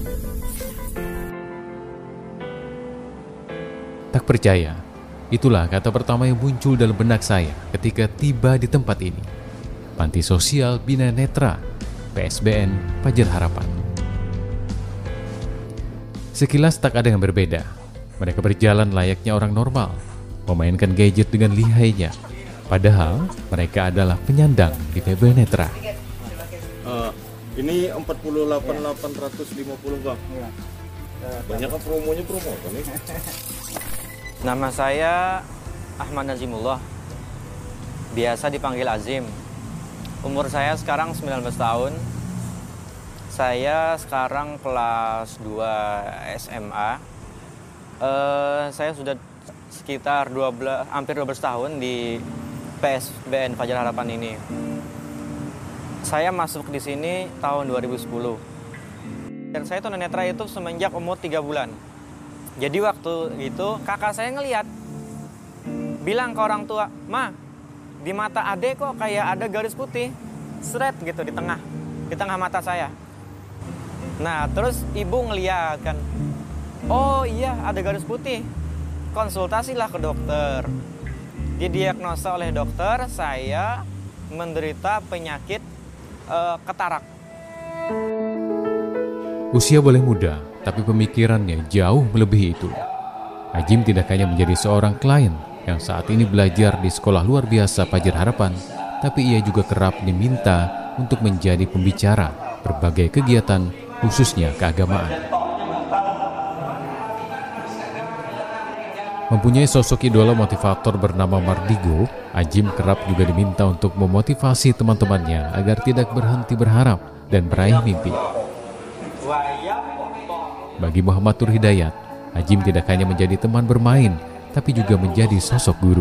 Tak percaya, itulah kata pertama yang muncul dalam benak saya ketika tiba di tempat ini. Panti Sosial Bina Netra, PSBN Fajar Harapan. Sekilas tak ada yang berbeda. Mereka berjalan layaknya orang normal, memainkan gadget dengan lihainya. Padahal mereka adalah penyandang difabel netra. Ini 48.850 Bang. Banyak kan promonya apa nih? Nama saya Ahmad Nazimullah, biasa dipanggil Azim. Umur saya sekarang 19 tahun. Saya sekarang kelas 2 SMA. Saya sudah sekitar hampir 12 tahun di PSBN Fajar Harapan ini. Saya masuk di sini tahun 2010. Dan saya tunanetra itu semenjak umur 3 bulan. Jadi waktu itu kakak saya ngelihat, bilang ke orang tua, "Ma, di mata adek kok kayak ada garis putih, seret gitu di tengah mata saya." Nah, terus ibu ngeliat kan, "Oh iya, ada garis putih." Konsultasilah ke dokter. Didiagnosa oleh dokter, saya menderita penyakit katarak. Usia boleh muda, tapi pemikirannya jauh melebihi itu. Azim tidak hanya menjadi seorang klien yang saat ini belajar di sekolah luar biasa Fajar Harapan, tapi ia juga kerap diminta untuk menjadi pembicara berbagai kegiatan, khususnya keagamaan. Mempunyai sosok idola motivator bernama Mardigo, Azim kerap juga diminta untuk memotivasi teman-temannya agar tidak berhenti berharap dan meraih mimpi. Bagi Muhammad Tur Hidayat, Azim tidak hanya menjadi teman bermain, tapi juga menjadi sosok guru.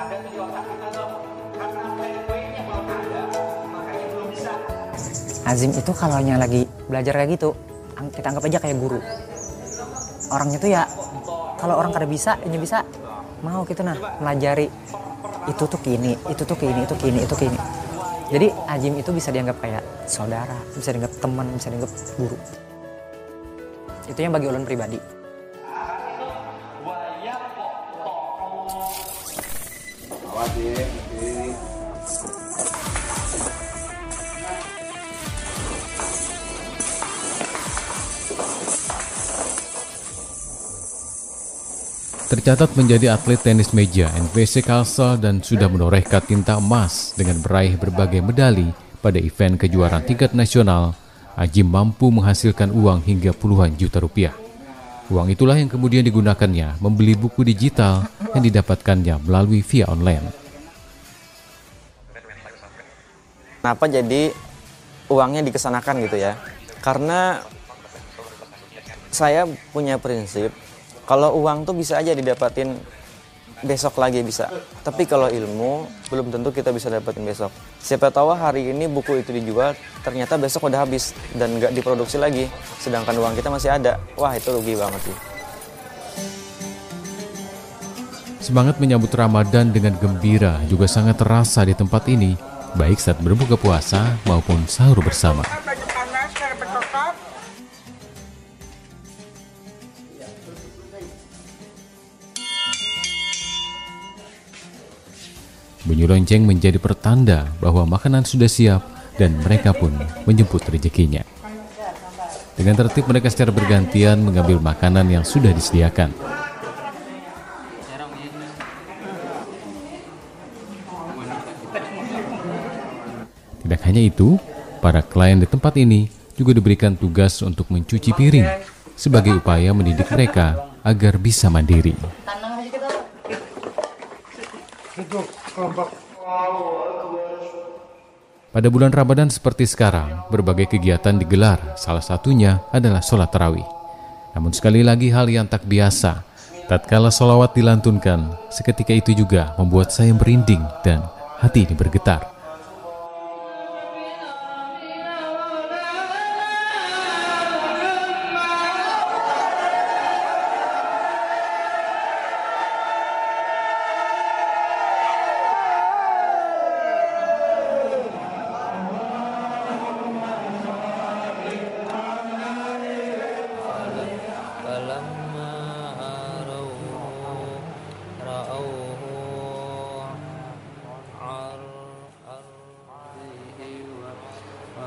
Azim itu kalau hanya lagi belajar kayak gitu, kita anggap aja kayak guru. Orangnya tuh ya, kalau orang kada bisa, ini bisa, mau gitu nah, melajari. Itu tuh kini, itu tuh kini, itu kini, itu kini. Jadi Azim itu bisa dianggap kayak saudara, bisa dianggap teman, bisa dianggap guru. Itu yang bagi ulun pribadi. Tercatat menjadi atlet tenis meja NPC Kalsel dan sudah menorehkan tinta emas dengan meraih berbagai medali pada event kejuaraan tingkat nasional. Azim mampu menghasilkan uang hingga puluhan juta rupiah. Uang itulah yang kemudian digunakannya membeli buku digital yang didapatkannya melalui via online. Kenapa jadi uangnya dikesanakan gitu ya? Karena saya punya prinsip, kalau uang tuh bisa aja didapatin besok lagi bisa. Tapi kalau ilmu, belum tentu kita bisa dapatin besok. Siapa tahu hari ini buku itu dijual, ternyata besok udah habis dan nggak diproduksi lagi. Sedangkan uang kita masih ada. Wah, itu rugi banget sih. Semangat menyambut Ramadan dengan gembira juga sangat terasa di tempat ini, baik saat berbuka puasa maupun sahur bersama. Bunyi lonceng menjadi pertanda bahwa makanan sudah siap dan mereka pun menjemput rezekinya. Dengan tertib mereka secara bergantian mengambil makanan yang sudah disediakan. Tidak hanya itu, para klien di tempat ini juga diberikan tugas untuk mencuci piring sebagai upaya mendidik mereka agar bisa mandiri. Pada bulan Ramadan seperti sekarang, berbagai kegiatan digelar, salah satunya adalah sholat tarawih. Namun sekali lagi hal yang tak biasa, tatkala sholawat dilantunkan, seketika itu juga membuat saya merinding dan hati ini bergetar.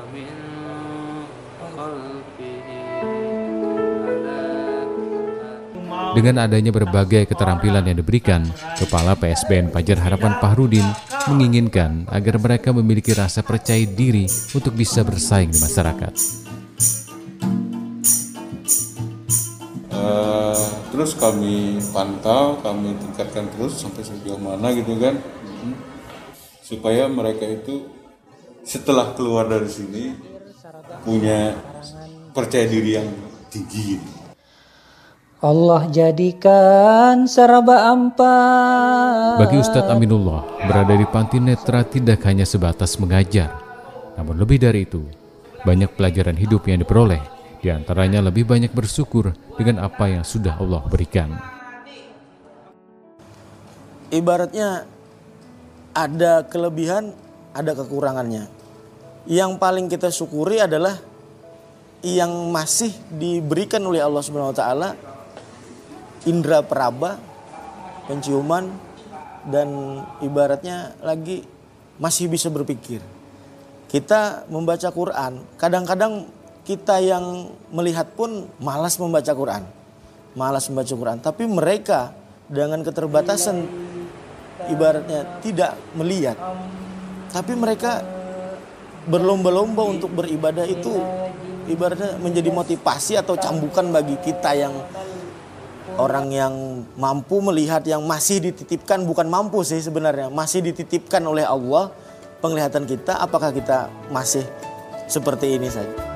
Dengan adanya berbagai keterampilan yang diberikan, Kepala PSBN Pajar Harapan Fahrudin menginginkan agar mereka memiliki rasa percaya diri untuk bisa bersaing di masyarakat. Terus kami pantau, kami tingkatkan terus sampai sejauh mana gitu kan, supaya mereka itu setelah keluar dari sini punya percaya diri yang tinggi. Allah jadikan serba ampas. Bagi Ustadz Aminullah, berada di Panti Netra tidak hanya sebatas mengajar, namun lebih dari itu, banyak pelajaran hidup yang diperoleh. Di antaranya lebih banyak bersyukur dengan apa yang sudah Allah berikan. Ibaratnya ada kelebihan, ada kekurangannya. Yang paling kita syukuri adalah yang masih diberikan oleh Allah Subhanahu wa taala, indera peraba, penciuman, dan ibaratnya lagi masih bisa berpikir. Kita membaca Quran, kadang-kadang kita yang melihat pun malas membaca Quran. Tapi mereka dengan keterbatasan ibaratnya tidak melihat. Tapi mereka berlomba-lomba untuk beribadah itu ibaratnya menjadi motivasi atau cambukan bagi kita yang orang yang mampu melihat, yang masih dititipkan, bukan mampu sih sebenarnya, masih dititipkan oleh Allah penglihatan kita, apakah kita masih seperti ini saja.